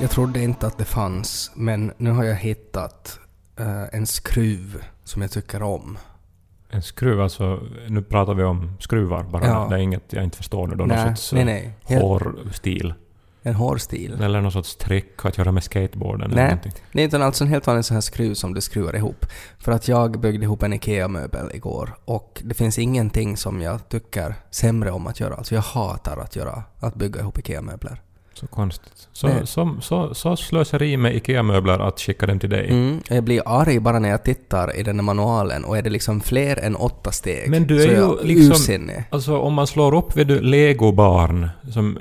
Jag trodde inte att det fanns, men nu har jag hittat en skruv som jag tycker om. En skruv, alltså nu pratar vi om skruvar bara. Ja. Det är inget jag inte förstår nu då. Någon sorts hårstil. En hårstil. Eller någon sorts trick att göra med skateboarden. Nej, eller någonting. det är inte alls en helt vanlig sån här skruv som du skruvar ihop. För att jag byggde ihop en IKEA-möbel igår. Och det finns ingenting som jag tycker sämre om att göra. Alltså jag hatar att bygga ihop IKEA-möbler. Så konstigt. Så slöseri med IKEA-möbler att skicka dem till dig. Jag blir arg bara när jag tittar i den här manualen och är det liksom fler än 8 steg. Men du är ju liksom, alltså om man slår upp vid Lego-barn som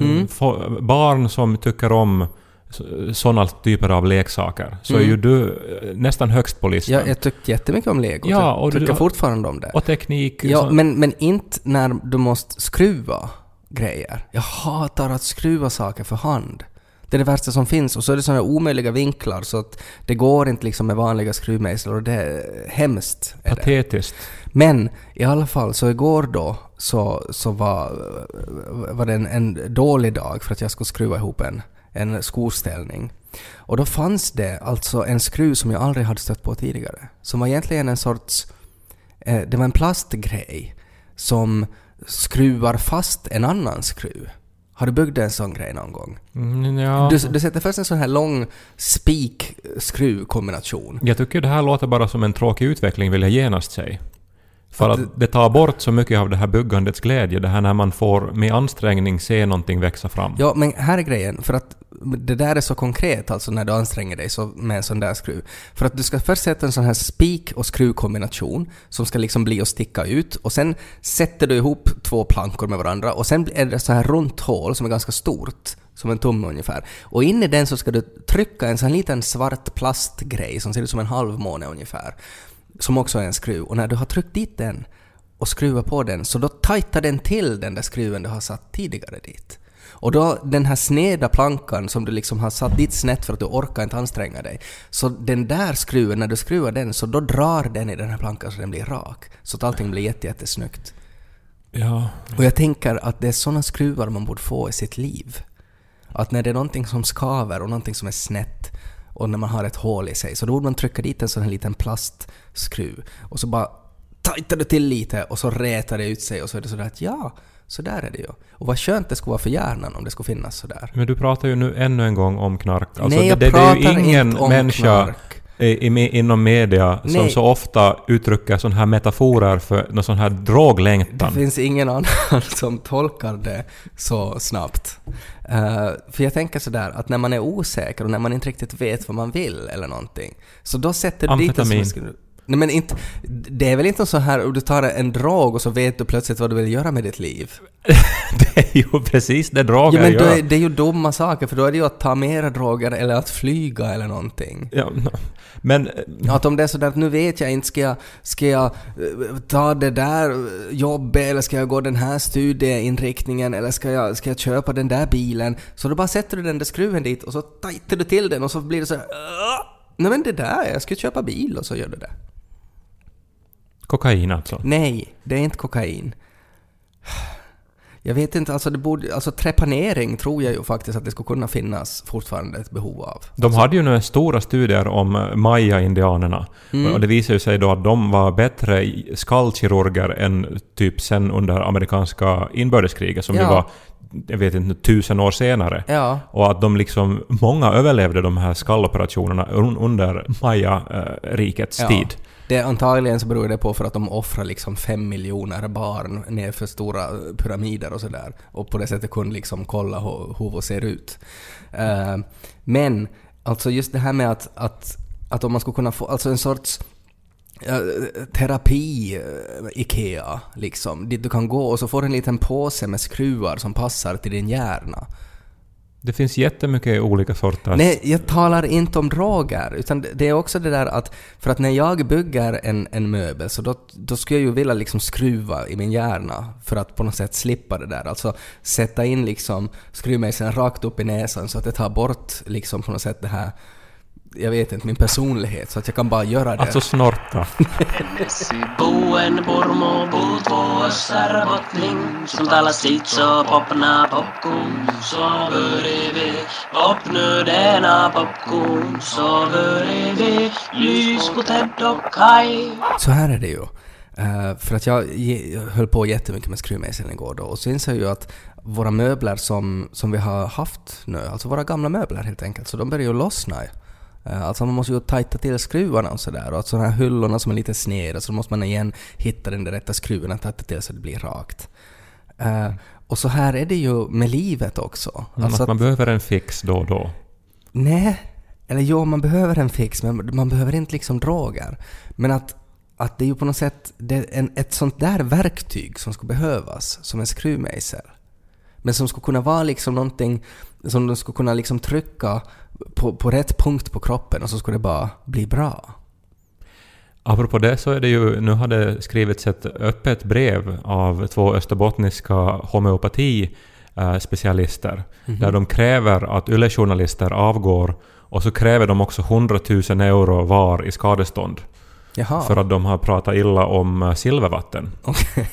barn som tycker om sådana typer av leksaker, så är ju du nästan högst på listan. Jag tycker jättemycket om Lego. Ja, och tycker fortfarande om det. Och teknik. Ja, men inte när du måste skruva grejer. Jag hatar att skruva saker för hand. Det är det värsta som finns. Och så är det sådana omöjliga vinklar så att det går inte liksom med vanliga skruvmejslar och det är hemskt. Patetiskt. Men i alla fall så igår då så var det en dålig dag för att jag skulle skruva ihop en skoställning. Och då fanns det alltså en skruv som jag aldrig hade stött på tidigare. Som var egentligen en sorts det var en plastgrej som skruvar fast en annan skruv. Har du byggt en sån grej någon gång? Ja. Du sätter först en sån här lång spik-skruv-kombination. Jag tycker det här låter bara som en tråkig utveckling, vill jag genast säga. För att det tar bort så mycket av det här byggandets glädje. Det här när man får med ansträngning se någonting växa fram. Ja, men här är grejen. För att det där är så konkret alltså när du anstränger dig så med en sån där skruv. För att du ska först sätta en sån här spik- och skruvkombination som ska liksom bli och sticka ut. Och sen sätter du ihop 2 plankor med varandra. Och sen är det så här runt hål som är ganska stort. Som en tumme ungefär. Och in i den så ska du trycka en sån här liten svart plastgrej som ser ut som en halvmåne ungefär. Som också är en skruv. Och när du har tryckt dit den och skruvat på den så då tajtar den till den där skruven du har satt tidigare dit. Och då den här sneda plankan som du liksom har satt dit snett för att du orkar inte anstränga dig. Så den där skruven, när du skruvar den så då drar den i den här plankan så den blir rak. Så att allting blir jättesnyggt. Ja. Och jag tänker att det är sådana skruvar man borde få i sitt liv. Att när det är någonting som skaver och någonting som är snett och när man har ett hål i sig så då borde man trycka dit en sån här liten plastskruv och så bara tajtar du till lite och så rätar det ut sig och så är det sådär att ja, så där är det ju. Och vad skönt det skulle vara för hjärnan om det skulle finnas sådär. Men du pratar ju nu ännu en gång om knark. Alltså nej, det är ju ingen inte om människa knark. Inom media som så ofta uttrycker sådana här metaforer för någon sån här droglängtan. Det finns ingen annan som tolkar det så snabbt. För jag tänker sådär att när man är osäker och när man inte riktigt vet vad man vill eller någonting så då sätter du dit en som nej, men inte, det är väl inte så här du tar en drog och så vet du plötsligt vad du vill göra med ditt liv. Det är ju precis det droger men gör. Det är ju dumma saker för då är det ju att ta mera droger eller att flyga eller någonting. Ja, men att om det är så där att nu vet jag inte ska jag ta det där jobbet eller ska jag gå den här studieinriktningen eller ska jag köpa den där bilen så då bara sätter du den där skruven dit och så tajtar du till den och så blir det så här nej men det där jag ska köpa bil och så gör du det. Kokain alltså? Nej, det är inte kokain. Jag vet inte, alltså trepanering tror jag ju faktiskt att det skulle kunna finnas fortfarande ett behov av. De hade ju nu stora studier om Maya-indianerna. Och det visar ju sig då att de var bättre skallkirurger än typ sen under amerikanska inbördeskriget som ju var, jag vet inte, 1000 år senare. Ja. Och att de liksom, många överlevde de här skalloperationerna under Maya-rikets tid. Det antagligen så beror det på för att de offrar liksom 5 miljoner barn ner för stora pyramider och sådär. Och på det sättet kunde liksom kolla hur det ser ut. Men alltså just det här med att om man skulle kunna få alltså en sorts terapi IKEA liksom, dit du kan gå och så får du en liten påse med skruvar som passar till din hjärna. Det finns jättemycket olika sorter. Nej, jag talar inte om droger. Utan det är också det där att för att när jag bygger en möbel så då skulle jag ju vilja liksom skruva i min hjärna för att på något sätt slippa det där. Alltså sätta in liksom skruvmejseln rakt upp i näsan så att det tar bort liksom på något sätt det här jag vet inte, min personlighet så att jag kan bara göra det. Alltså snorta. Buen Burmo Bulto Österbottning som talar sitt så popna popcorn så börjar popnödena popcorn så börjar lys på Ted och Kai. Så här är det ju. För att jag höll på jättemycket med skruvmejseln igår då, och så inser jag ju att våra möbler som vi har haft nu, alltså våra gamla möbler helt enkelt, så de börjar ju lossna. Alltså man måste ju tajta till skruvarna och sådär, och att sådana här hyllorna som är lite sneda, så måste man igen hitta den där rätta skruven och tajta till så det blir rakt. Och så här är det ju med livet också. Alltså att man behöver en fix då och då. Nej, eller jo, man behöver en fix, men man behöver inte liksom droger. Men att det är ju på något sätt ett sånt där verktyg som ska behövas som en skruvmejsel. Men som ska kunna vara liksom någonting som du ska kunna liksom trycka på rätt punkt på kroppen och så ska det bara bli bra. Apropå det så är det ju, nu har det skrivits ett öppet brev av 2 österbottniska homeopati-specialister där de kräver att yllejournalister avgår, och så kräver de också 100 000 euro var i skadestånd. Jaha. För att de har pratat illa om silvervatten. Okej.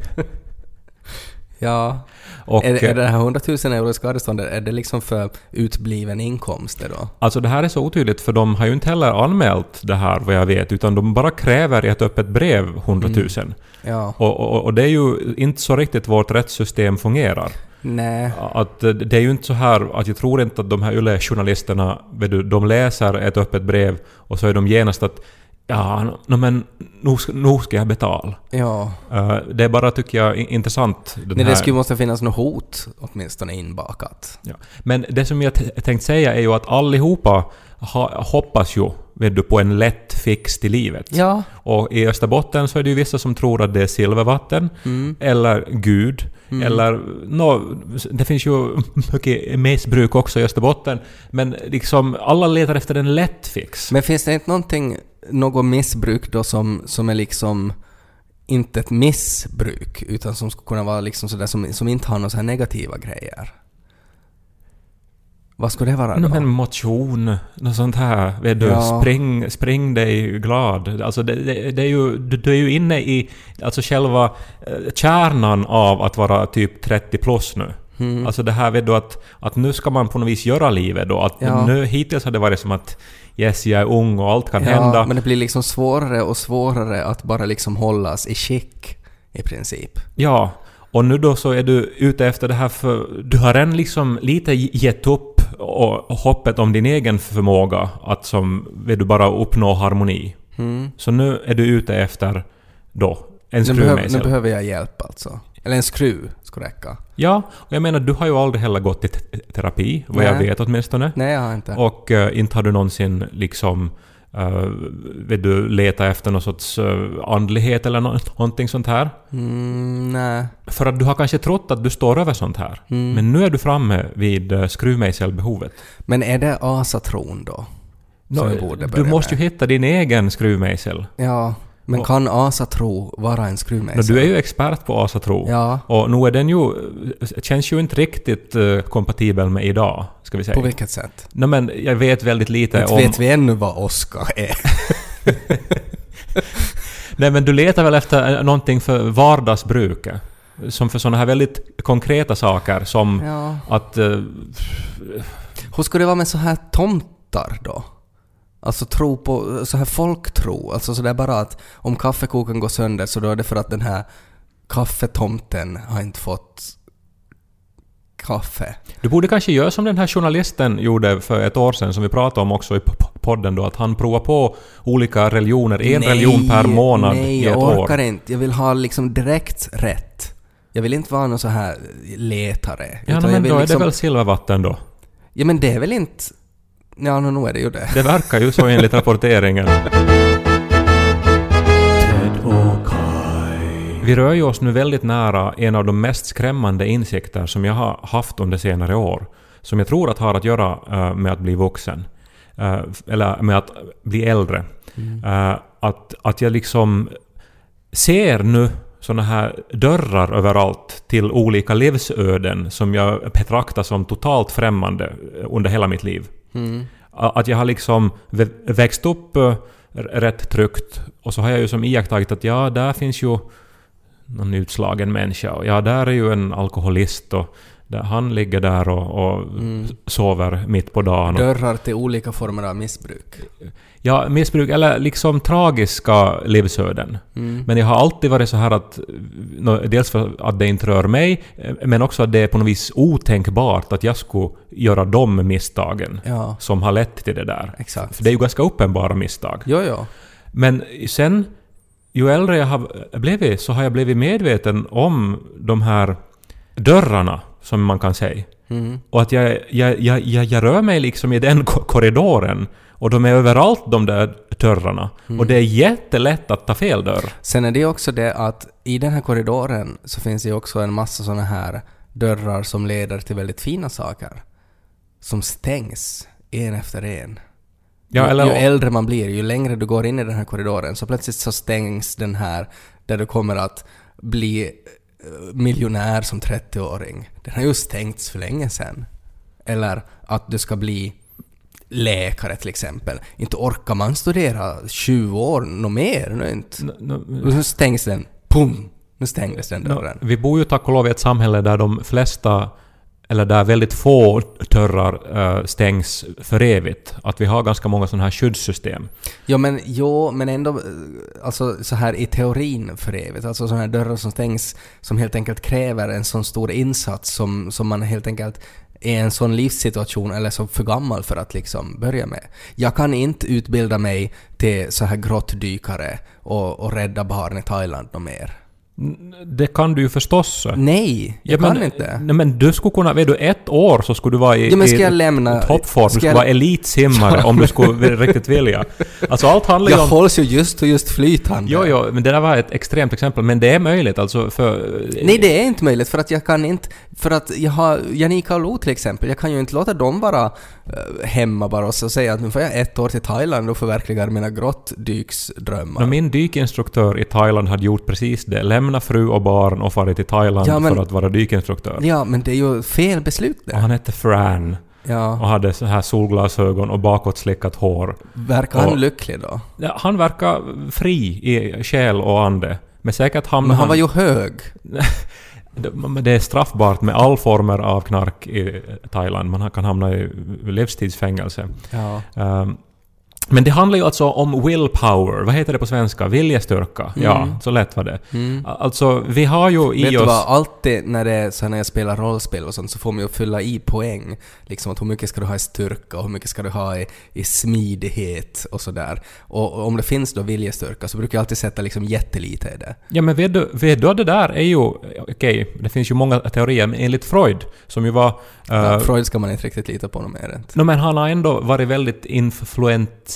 Ja. Och, är det här 100 000 euro i skadestånd, är det liksom för utbliven inkomst då? Alltså det här är så otydligt, för de har ju inte heller anmält det här vad jag vet, utan de bara kräver i ett öppet brev 100 000. Ja. Och det är ju inte så riktigt vårt rättssystem fungerar. Nej. Att det är ju inte så här att jag tror inte att de här yle-journalisterna, de läser ett öppet brev och så är de genast att men nu ska jag betala. Ja. Det är bara, tycker jag, intressant. Det skulle måste finnas något hot åtminstone inbakat. Ja. Men det som jag tänkt säga är ju att allihopa hoppas ju på en lätt fix till livet. Ja. Och i Österbotten så är det ju vissa som tror att det är silvervatten eller Gud. Eller det finns ju mycket missbruk också i Österbotten, men liksom alla letar efter en lätt fix. Men finns det inte något missbruk då som är liksom inte ett missbruk, utan som skulle kunna vara liksom sådär som inte har några så här negativa grejer? Vad ska det vara då? Men motion, något sånt här. Vet du, Ja. Spring dig glad. Alltså det är ju, du är ju inne i alltså själva kärnan av att vara typ 30 plus nu. Alltså det här vet du att nu ska man på något vis göra livet då. Att nu hittills har det varit som att yes, jag är ung och allt kan hända. Men det blir liksom svårare och svårare att bara liksom hållas i skick i princip. Ja, och nu då så är du ute efter det här, för du har än liksom lite gett upp och hoppet om din egen förmåga att som vill du bara uppnå harmoni. Så nu är du ute efter då en skruvmejsel. Nu behöver jag hjälp alltså. Eller en skruv ska räcka. Ja, och jag menar, du har ju aldrig heller gått i terapi, vad jag vet åtminstone. Nej, jag har inte. Och inte har du någonsin liksom vill du leta efter någon sorts andlighet eller någonting sånt här? Nej. För att du har kanske trott att du står över sånt här. Men nu är du framme vid skruvmejselbehovet. Men är det asatron då? Du måste ju hitta din egen skruvmejsel. Ja, men kan asatro vara en skruvmejsel? Du är ju expert på asatro. Ja. Och nu är den ju, känns ju inte riktigt kompatibel med idag, ska vi säga. På vilket sätt? Nej, men jag vet väldigt lite om... Vet vi ännu vad Oskar är? Nej, men du letar väl efter någonting för vardagsbruket? Som för sådana här väldigt konkreta saker som att... Hur ska det vara med så här tomtar då? Alltså tro på, så här folktro. Alltså så det är bara att om kaffekoken går sönder så då är det för att den här kaffetomten har inte fått kaffe. Du borde kanske göra som den här journalisten gjorde för ett år sedan som vi pratade om också i podden då, att han provar på olika religioner, religion per månad i ett år. Nej, jag orkar inte. Jag vill ha liksom direkt rätt. Jag vill inte vara någon så här letare. Ja, men då är det väl silvervatten då? Ja, men det är väl inte... Ja, nog är det ju det. Det verkar ju så enligt rapporteringen. Vi rör ju oss nu väldigt nära en av de mest skrämmande insikter som jag har haft under senare år. Som jag tror att har att göra med att bli vuxen. Eller med att bli äldre. Att jag liksom ser nu såna här dörrar överallt till olika livsöden som jag betraktar som totalt främmande under hela mitt liv. Att jag har liksom växt upp rätt tryggt, och så har jag ju som iakttagit att ja, där finns ju någon utslagen människa, och ja, där är ju en alkoholist, och där han ligger där och sover mitt på dagen. Dörrar till olika former av missbruk. Ja, missbruk eller liksom tragiska livsöden. Men jag har alltid varit så här att dels för att det inte rör mig, men också att det är på något vis otänkbart att jag skulle göra de misstagen som har lett till det där. Exakt. För det är ju ganska uppenbara misstag. Jo. Men sen, ju äldre jag har blivit, så har jag blivit medveten om de här dörrarna, som man kan säga. Och att jag rör mig liksom i den korridoren, och de är överallt, de där dörrarna. Och det är jättelätt att ta fel dörr. Sen är det också det att i den här korridoren så finns det också en massa såna här dörrar som leder till väldigt fina saker. Som stängs en efter en. Ja, ju äldre man blir, ju längre du går in i den här korridoren, så plötsligt så stängs den här där du kommer att bli miljonär som 30-åring. Den har ju stängts för länge sedan. Eller att du ska bli läkare till exempel. Inte orkar man studera 20 år något mer. Nu stängs den. Pum! Nu stängdes den dörren. Vi bor ju tack och lov i ett samhälle där de flesta, eller där väldigt få dörrar stängs för evigt. Att vi har ganska många sådana här skyddssystem. Men ändå alltså så här i teorin för evigt. Alltså sådana här dörrar som stängs som helt enkelt kräver en sån stor insats som man helt enkelt är en sån livssituation eller så för gammal för att liksom börja med. Jag kan inte utbilda mig till så här grottdykare och rädda barn i Thailand och mer. Det kan du ju förstås. Nej, jag kan inte. Nej, men du skulle kunna, vet du, 1 år så skulle du vara i toppform. Du skulle vara elitsimmare om du skulle riktigt vilja. Alltså allt handlar ju om... Jag hålls ju just flytande. Jo, men det där var ett extremt exempel. Men det är möjligt alltså för... Nej, det är inte möjligt för att jag kan inte... För att jag har Janika och Lo till exempel. Jag kan ju inte låta dem vara hemma bara och så säga att nu får jag 1 år till Thailand och förverkligar mina grottdyksdrömmar. Min dykinstruktör i Thailand hade gjort precis det. Lämna fru och barn och farit till Thailand för att vara dykinstruktör. Ja, men det är ju fel beslut det. Och han hette Fran. Ja. Och hade så här solglasögon och bakåtslickat hår. Verkar han lycklig då? Ja, han verkar fri i själ och ande. Men säkert men han var ju hög. Det är straffbart med all former av knark i Thailand. Man kan hamna i livstidsfängelse. Ja. Men det handlar ju alltså om willpower. Vad heter det på svenska? Viljestyrka. Ja, så lätt var det. Alltså, vi har ju i oss... Vet du vad? Alltid när jag spelar rollspel och sånt så får man ju fylla i poäng. Liksom att hur mycket ska du ha i styrka och hur mycket ska du ha i smidighet och sådär. Och om det finns då viljestyrka så brukar jag alltid sätta liksom jättelite i det. Ja, men vet du det där är ju... Okej, det finns ju många teorier, men enligt Freud, som ju var... Freud ska man inte riktigt lita på något mer. Men han har ändå varit väldigt influentiell.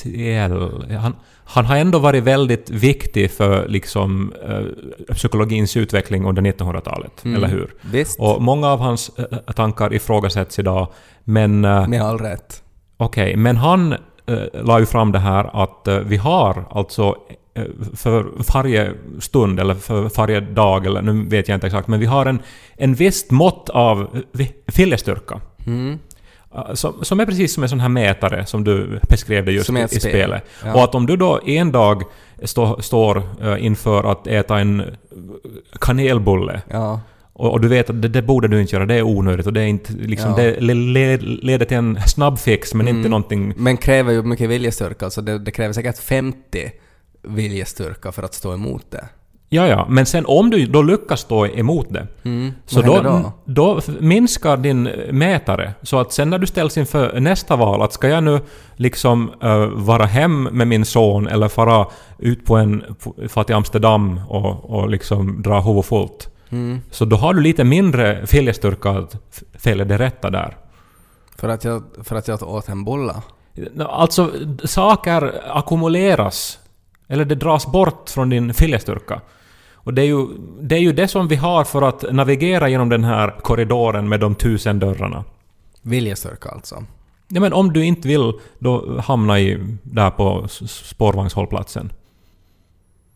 Han har ändå varit väldigt viktig för liksom psykologins utveckling under 1900-talet, eller hur? Visst. Och många av hans tankar ifrågasätts idag, men... med all rätt. Okej, men han la ju fram det här att vi har alltså för varje stund eller för varje dag, eller nu vet jag inte exakt, men vi har en visst mått av viljestyrka. Som är precis som en sån här mätare som du beskrev det just i spelet. Ja. Och att om du då en dag står inför att äta en kanelbulle, och du vet att det borde du inte göra, det är onödigt och det är inte liksom, det leder till en snabb fix men inte någonting... Men kräver ju mycket viljestyrka, alltså det kräver säkert 50 viljestyrka för att stå emot det. Ja, men sen om du då lyckas stå emot det, så då minskar din mätare. Så att sen när du ställs inför nästa val, att ska jag nu liksom vara hem med min son eller fara ut på till Amsterdam och liksom dra huvud fullt. Så då har du lite mindre viljestyrka att fälla det rätta där. För att jag åt en bolla? Alltså, saker ackumuleras. Eller det dras bort från din viljestyrka. Och det är ju det som vi har för att navigera genom den här korridoren med de 1000 dörrarna. Viljestyrka alltså? Ja, men om du inte vill då hamna där på spårvagnshållplatsen.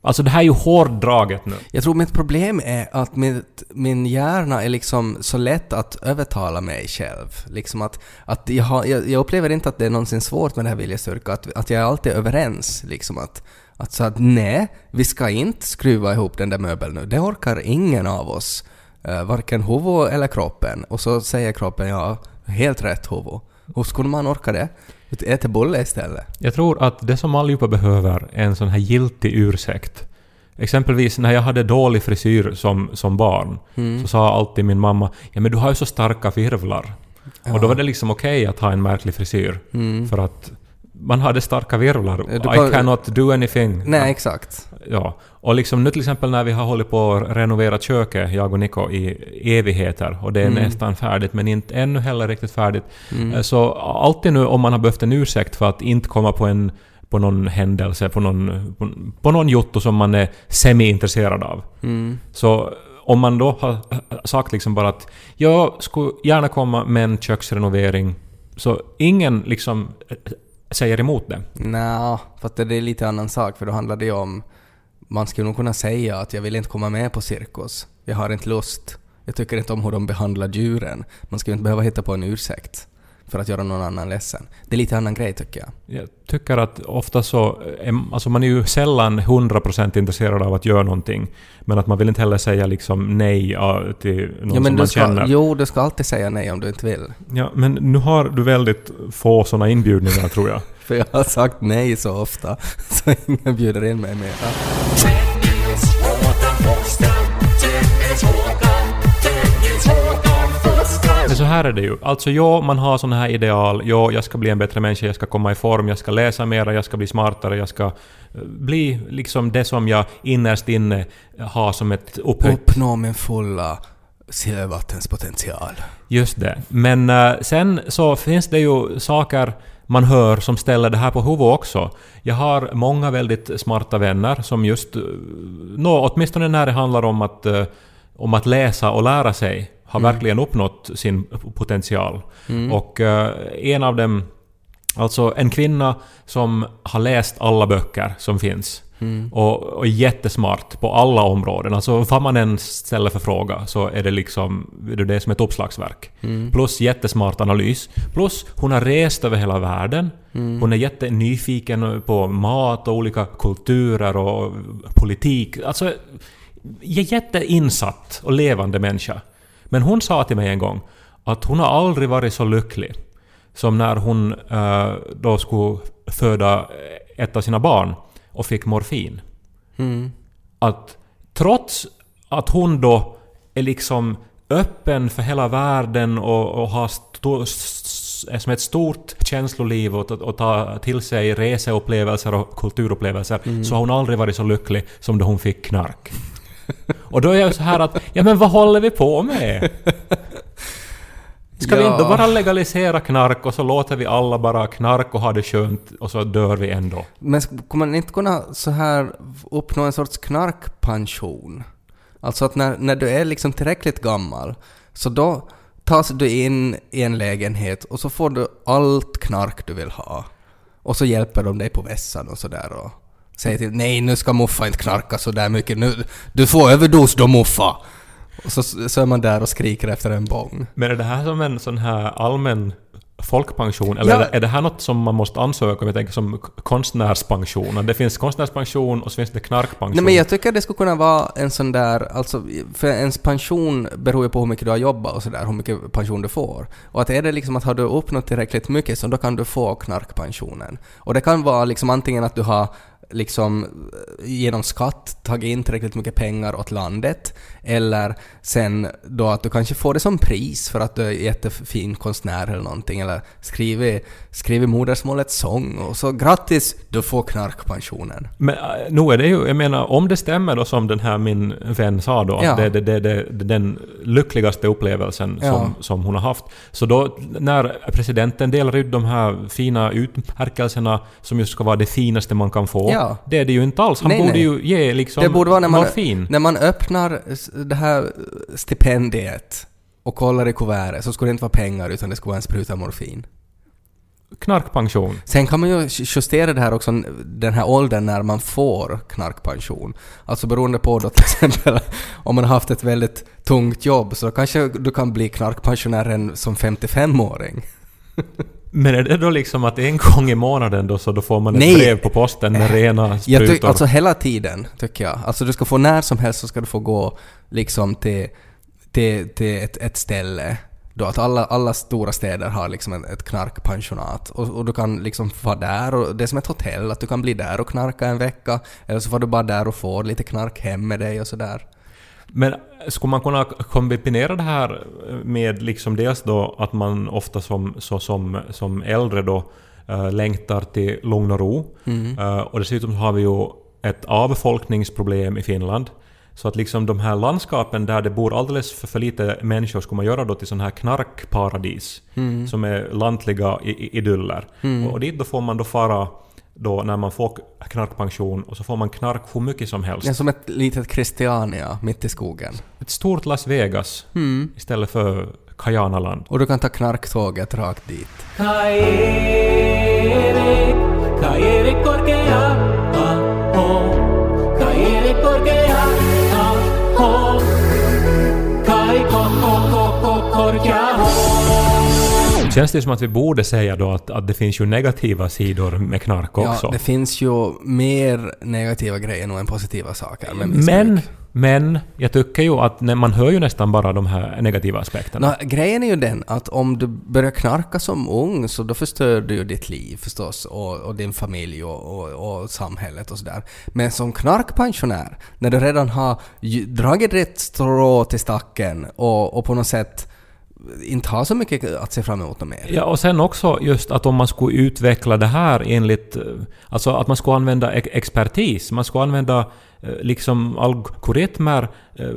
Alltså det här är ju hårdraget nu. Jag tror mitt problem är att min hjärna är liksom så lätt att övertala mig själv. Liksom att jag upplever inte att det är någonsin svårt med det här viljestyrka. Att jag är alltid överens. Liksom att så att nej, vi ska inte skruva ihop den där möbeln nu. Det orkar ingen av oss. Varken huvud eller kroppen. Och så säger kroppen, ja, helt rätt huvud. Hur skulle man orka det? Äta bulle istället. Jag tror att det som allihopa behöver är en sån här giltig ursäkt. Exempelvis när jag hade dålig frisyr som barn så sa alltid min mamma, ja men du har ju så starka virvlar. Ja. Och då var det liksom okej att ha en märklig frisyr. För att man hade starka virvlar. I cannot do anything. Nej, exakt. Ja. Och liksom nu till exempel när vi har hållit på att renovera köket, jag och Niko, i evigheter. Och det är nästan färdigt, men inte ännu heller riktigt färdigt. Så alltid nu om man har behövt en ursäkt för att inte komma på någon händelse, på någon jotto som man är semi-intresserad av. Så om man då har sagt liksom bara att jag skulle gärna komma med en köksrenovering, så ingen liksom säger emot det. Nej, för att det är lite annan sak, för då handlar det om, man skulle nog kunna säga att jag vill inte komma med på cirkus. Jag har inte lust. Jag tycker inte om hur de behandlar djuren. Man skulle inte behöva hitta på en ursäkt för att göra någon annan ledsen. Det är lite annan grej tycker jag. Jag tycker att ofta så alltså man är ju sällan 100% intresserad av att göra någonting, men att man vill inte heller säga liksom nej till någon som man känner. Jo, du ska alltid säga nej om du inte vill. Ja, men nu har du väldigt få såna inbjudningar tror jag. För jag har sagt nej så ofta så ingen bjuder in mig mer. Men så här är det ju. Alltså man har såna här ideal. Jag ska bli en bättre människa, jag ska komma i form, jag ska läsa mera, jag ska bli smartare, jag ska bli liksom det som jag innerst inne har som ett uppnå min fulla silvervattenspotential. Just det. Men sen så finns det ju saker man hör som ställer det här på huvudet också. Jag har många väldigt smarta vänner som just åtminstone när det handlar om att läsa och lära sig har verkligen uppnått sin potential. Och en av dem, alltså en kvinna som har läst alla böcker som finns och är jättesmart på alla områden. Alltså vad man än ställer för fråga så är det liksom det är som ett uppslagsverk. Plus jättesmart analys. Plus hon har rest över hela världen. Hon är jättenyfiken på mat och olika kulturer och politik. Alltså jätteinsatt och levande människa. Men hon sa till mig en gång att hon har aldrig varit så lycklig som när hon då skulle föda ett av sina barn och fick morfin. Att trots att hon då är liksom öppen för hela världen och har som ett stort känsloliv och ta till sig reseupplevelser och kulturupplevelser, så har hon aldrig varit så lycklig som då hon fick knark. Och då är jag så här att, ja men vad håller vi på med? Ska vi inte bara legalisera knark och så låter vi alla bara knark och ha det skönt och så dör vi ändå? Men kommer man inte kunna så här uppnå en sorts knarkpension? Alltså att när du är liksom tillräckligt gammal så då tas du in i en lägenhet och så får du allt knark du vill ha. Och så hjälper de dig på vässan och sådär och säger till, nej nu ska muffa inte knarka så där mycket nu. Du får överdos då muffa. Och så är man där och skriker efter en bång. Men är det här som en sån här allmän folkpension? Eller är det här något som man måste ansöka om? Jag tänker som konstnärspension. Det finns konstnärspension och så finns det knarkpension. Nej, men jag tycker det skulle kunna vara en sån där, alltså för ens pension beror ju på hur mycket du har jobbat och sådär, hur mycket pension du får. Och att är det liksom att har du uppnått tillräckligt mycket så då kan du få knarkpensionen. Och det kan vara liksom antingen att du har liksom genom skatt tagit in tillräckligt mycket pengar åt landet, eller sen då att du kanske får det som pris för att du är jättefin konstnär eller någonting, eller skriver modersmålets sång och så grattis, du får knarkpensionen. Men nu är det ju, jag menar, om det stämmer då som den här min vän sa då, att det är den lyckligaste upplevelsen som hon har haft, så då när presidenten delar ut de här fina utmärkelserna som just ska vara det finaste man kan få, det är det ju inte alls. Han borde ju ge liksom det borde vara morfin. När man öppnar det här stipendiet och kollar i kuvertet så skulle det inte vara pengar utan det skulle vara en spruta morfin. knarkpension. Sen kan man ju justera det här också, den här åldern när man får knarkpension. Alltså beroende på då till exempel om man har haft ett väldigt tungt jobb, så kanske du kan bli knarkpensionär som 55-åring. Men är det då liksom att en gång i månaden då, så då får man ett brev på posten med rena sprutor? Alltså hela tiden, tycker jag. Alltså du ska få när som helst, så ska du få gå liksom till ett ställe. Då att alla stora städer har liksom ett knarkpensionat. Och du kan liksom vara där, och det är som ett hotell, att du kan bli där och knarka en vecka. Eller så får du bara där och få lite knark hem med dig och sådär. Men skulle man kunna kombinera det här med liksom dels då att man ofta som äldre då längtar till lugn och ro. Och dessutom har vi ju ett avfolkningsproblem i Finland. Så att liksom de här landskapen där det bor alldeles för lite människor skulle man göra då till sån här knarkparadis som är lantliga idyller. Och dit då får man då fara då när man får knarkpension, och så får man knark hur mycket som helst. Ja, som ett litet Christiania mitt i skogen. Ett stort Las Vegas istället för Kajanaland. Och du kan ta knarktåget rakt dit. Kajerik korkea, Kajerik korkea, korkea. Känns det som att vi borde säga då att det finns ju negativa sidor med knark också? Ja, det finns ju mer negativa grejer än positiva saker med missbruk. Men jag tycker ju att man hör ju nästan bara de här negativa aspekterna. Grejen är ju den att om du börjar knarka som ung, så då förstör du ju ditt liv förstås, och din familj och samhället och sådär. Men som knarkpensionär, när du redan har dragit rätt strå till stacken och på något sätt inte har så mycket att se fram emot mer. Ja, och sen också just att om man skulle utveckla det här enligt, alltså att man skulle använda expertis, man skulle använda liksom algoritmer,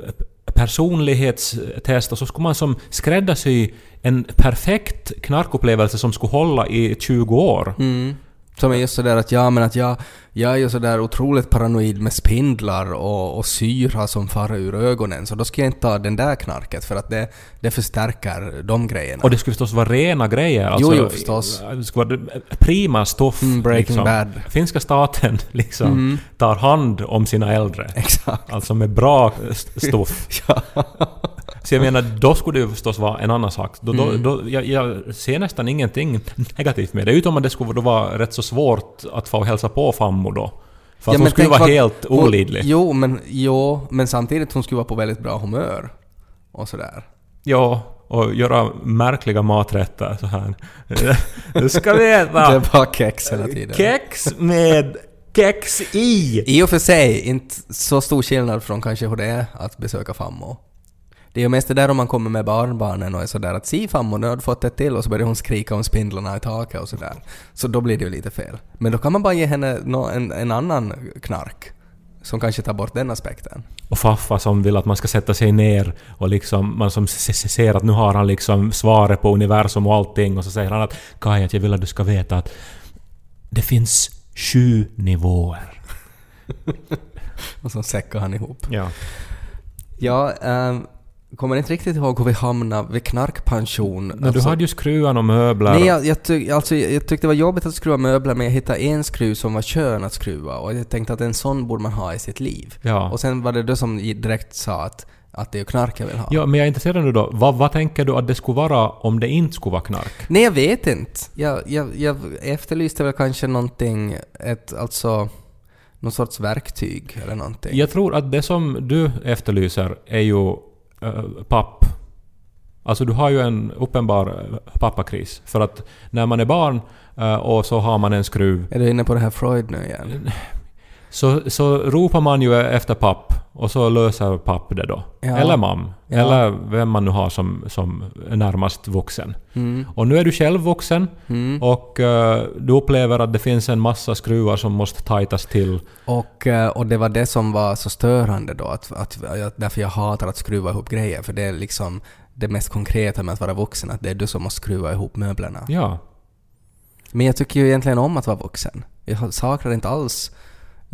personlighetstest, och så skulle man som skräddarsy en perfekt knarkupplevelse som skulle hålla i 20 år. Som är just sådär att jag är ju sådär otroligt paranoid med spindlar och syra som far ur ögonen, så då ska jag inte ta den där knarket, för att det förstärker de grejerna. Och det skulle förstås vara rena grejer. Alltså, jo, förstås. Det skulle vara prima stoff. Breaking liksom. Bad. Finska staten liksom tar hand om sina äldre. Exakt. Alltså med bra stoff. Ja. Så jag menar, då skulle det förstås vara en annan sak. Jag ser nästan ingenting negativt med det, utom att det skulle då vara rätt så svårt att få hälsa på farmor då. För att hon skulle vara helt olidlig. Men samtidigt hon skulle vara på väldigt bra humör och sådär. Ja, och göra märkliga maträtter så här. Du ska veta. Det är bara kex hela tiden. Kex med kex i. I och för sig inte så stor skillnad från kanske hur det är att besöka farmor. Det är ju mest det där om man kommer med barnbarnen och är sådär att si farmor, nu har du fått ett till, och så börjar hon skrika om spindlarna i taket och sådär. Så då blir det ju lite fel. Men då kan man bara ge henne en annan knark som kanske tar bort den aspekten. Och faffa som vill att man ska sätta sig ner och liksom man som ser att nu har han liksom svaret på universum och allting, och så säger han att Kaj, jag vill att du ska veta att det finns 7 nivåer. Och så säckar han ihop. Ja, kommer inte riktigt ihåg hur vi hamnade vid knarkpension. Men du hade ju skruvan och möbler. Nej, jag tyckte det var jobbigt att skruva möbler, men jag hittade en skruv som var skön att skruva, och jag tänkte att en sån borde man ha i sitt liv. Ja. Och sen var det du som direkt sa att det är knark jag vill ha. Ja, men jag är intresserad nu då. Vad tänker du att det skulle vara om det inte skulle vara knark? Nej, jag vet inte. Jag efterlyste väl kanske någonting, någon sorts verktyg eller någonting. Jag tror att det som du efterlyser är ju papp. Alltså du har ju en uppenbar pappakris. För att när man är barn och så har man en skruv. Är du inne på det här Freud nu igen? Så ropar man ju efter papp, och så löser papp det då. Ja. Eller mam. Ja. Eller vem man nu har som är närmast vuxen. Och nu är du själv vuxen och du upplever att det finns en massa skruvar som måste tajtas till. Och det var det som var så störande då, att därför jag hatar att skruva ihop grejer, för det är liksom det mest konkreta med att vara vuxen, att det är du som måste skruva ihop möblerna. Ja. Men jag tycker ju egentligen om att vara vuxen. Jag saknar inte alls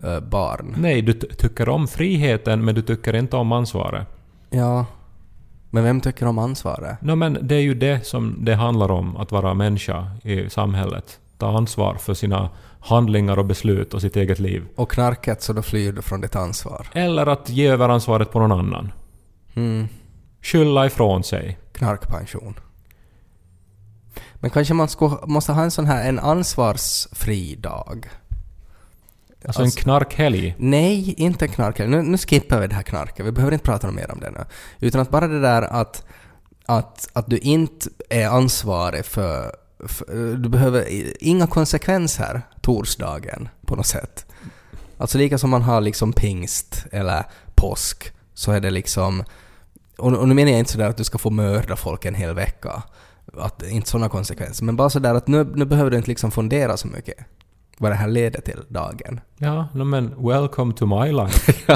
barn. Nej, du tycker om friheten, men du tycker inte om ansvaret. Ja. Men vem tycker om ansvaret? Men det är ju det som det handlar om, att vara människa i samhället. Ta ansvar för sina handlingar och beslut och sitt eget liv. Och knarket, så då flyr du från ditt ansvar. Eller att ge över ansvaret på någon annan. Skylla ifrån sig. Knarkpension. Men kanske man måste ha en ansvarsfri dag. Alltså en knarkhelg? Nej, inte knarkhelg. Nu skippar vi det här knarket. Vi behöver inte prata mer om det nu. Utan att bara det där att du inte är ansvarig för du behöver inga konsekvenser torsdagen på något sätt. Alltså lika som man har liksom pingst eller påsk, så är det liksom, och nu menar jag inte sådär att du ska få mörda folk en hel vecka, att inte sådana konsekvenser, men bara sådär att nu behöver du inte liksom fundera så mycket vad det här leder till dagen. Ja, men welcome to my life.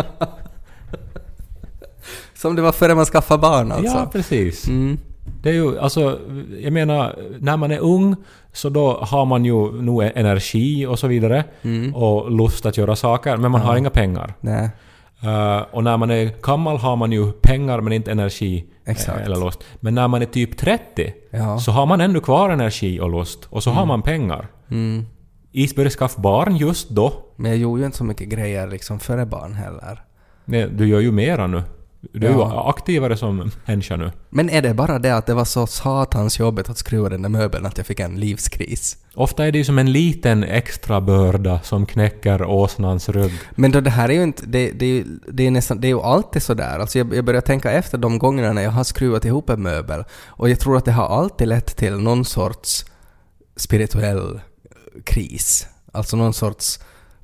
Som det var före man skaffade barn alltså. Ja, precis. Det är ju, alltså, jag menar, när man är ung så då har man ju nog energi och så vidare och lust att göra saker, men man har inga pengar. Nej. Och när man är gammal har man ju pengar men inte energi. Exakt. Eller lust. Men när man är typ 30 så har man ännu kvar energi och lust, och så har man pengar. Isbörja skaffa barn just då. Men jag gjorde ju inte så mycket grejer liksom före barn heller. Nej, du gör ju mera nu. Du är ju aktivare som människa nu. Men är det bara det att det var så satans jobbigt att skruva den där möbeln att jag fick en livskris? Ofta är det ju som en liten extra börda som knäcker åsnans rygg. Men då det här är ju inte, det är nästan, det är ju alltid så där. Alltså jag börjar tänka efter de gångerna när jag har skruvat ihop en möbel, och jag tror att det har alltid lett till någon sorts spirituell kris. Alltså någon sorts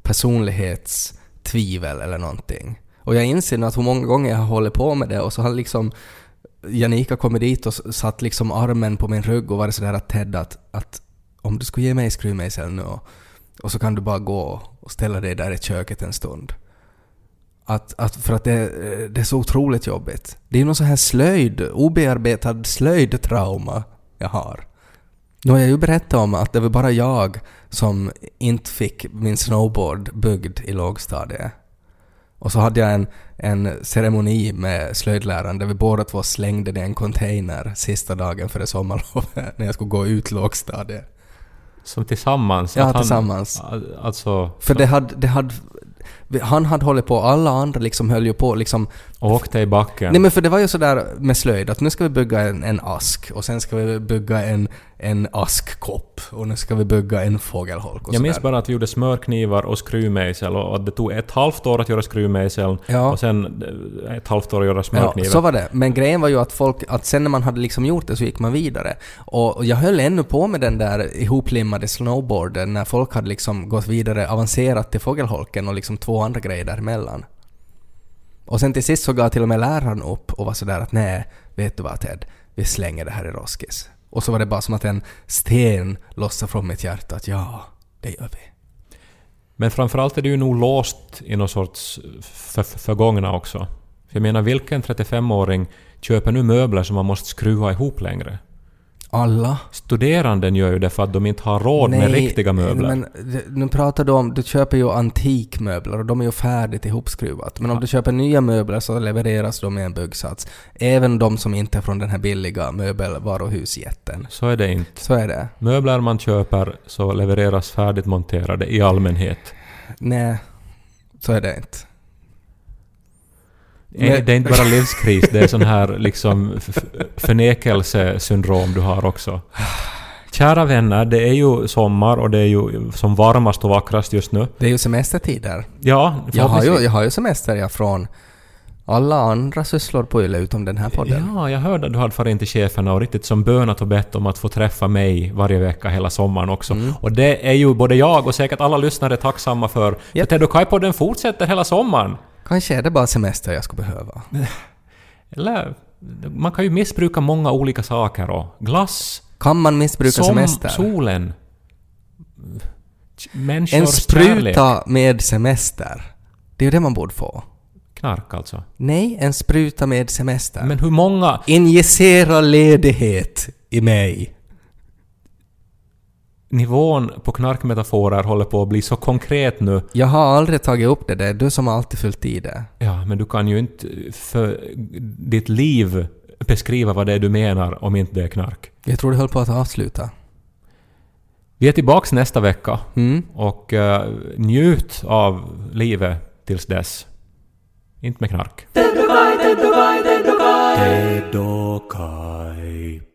personlighetstvivel eller någonting. Och jag inser nu att hur många gånger jag har hållit på med det, och så har liksom Janika kommit dit och satt liksom armen på min rygg och var sådär att Ted att om du skulle ge mig skruvmejsel nu och så kan du bara gå och ställa dig där i köket en stund. För att det är så otroligt jobbigt. Det är ju någon så här obearbetad slöjdtrauma jag har. Nu har jag ju berättat om att det var bara jag som inte fick min snowboard byggd i lågstadiet. Och så hade jag en ceremoni med slöjdläraren där vi båda två slängde det i en container sista dagen före sommarlovet när jag skulle gå ut lågstadiet. Som tillsammans? Ja, tillsammans. Alltså, för han hade hållit på, alla andra liksom höll ju på liksom... Åkte i backen. Nej, men för det var ju sådär med slöjd att nu ska vi bygga en ask, och sen ska vi bygga en askkopp, och nu ska vi bygga en fågelholk. Och jag minns bara att vi gjorde smörknivar och skruvmejsel, och att det tog 1,5 år att göra skruvmejsel och sen 1,5 år att göra smörknivar. Ja, så var det. Men grejen var ju att sen när man hade liksom gjort det så gick man vidare. Och jag höll ännu på med den där ihoplimmade snowboarden när folk hade liksom gått vidare, avancerat till fågelholken och liksom 2 andra grejer däremellan. Och sen till sist så gav till och med läraren upp och var sådär att nej, vet du vad Ted, vi slänger det här i roskis. Och så var det bara som att en sten lossade från mitt hjärta att ja, det gör vi. Men framförallt är det ju nog låst i någon sorts förgångna också. För jag menar, vilken 35-åring köper nu möbler som man måste skruva ihop längre? Alla. Studeranden gör ju det för att de inte har råd med riktiga möbler. Men nu pratar du om, du köper ju antikmöbler och de är ju färdigt ihopskruvat. Men om du köper nya möbler så levereras de med en byggsats. Även de som inte är från den här billiga möbelvaruhusjätten. Så är det inte. Så är det. Möbler man köper så levereras färdigt monterade i allmänhet. Nej, så är det inte. Det är inte bara livskris, det är sån här liksom förnekelsesyndrom du har också. Kära vänner, det är ju sommar och det är ju som varmast och vackrast just nu. Det är ju semestertider. Ja, jag har ju semester från alla andra sysslor på Yle utom den här podden. Ja, jag hörde att du hade farit in till cheferna och riktigt som bönat och bett om att få träffa mig varje vecka hela sommaren också. Och det är ju både jag och säkert alla lyssnare tacksamma för. För Ted och Kai-podden fortsätter hela sommaren. Kanske är det bara semester jag skulle behöva. Eller, man kan ju missbruka många olika saker då. Glass. Kan man missbruka semester? Solen. Människors en spruta kärlek. Med semester. Det är ju det man borde få. Knark alltså? Nej, en spruta med semester. Men hur många... Injicera ledighet i mig. Nivån på knarkmetaforer håller på att bli så konkret nu. Jag har aldrig tagit upp det. Det är du som har alltid fyllt i det. Ja, men du kan ju inte för ditt liv beskriva vad det är du menar om inte det är knark. Jag tror det höll på att avsluta. Vi är tillbaks nästa vecka och njut av livet tills dess. Inte med knark. Tedokai, tedokai, tedokai. Tedokai.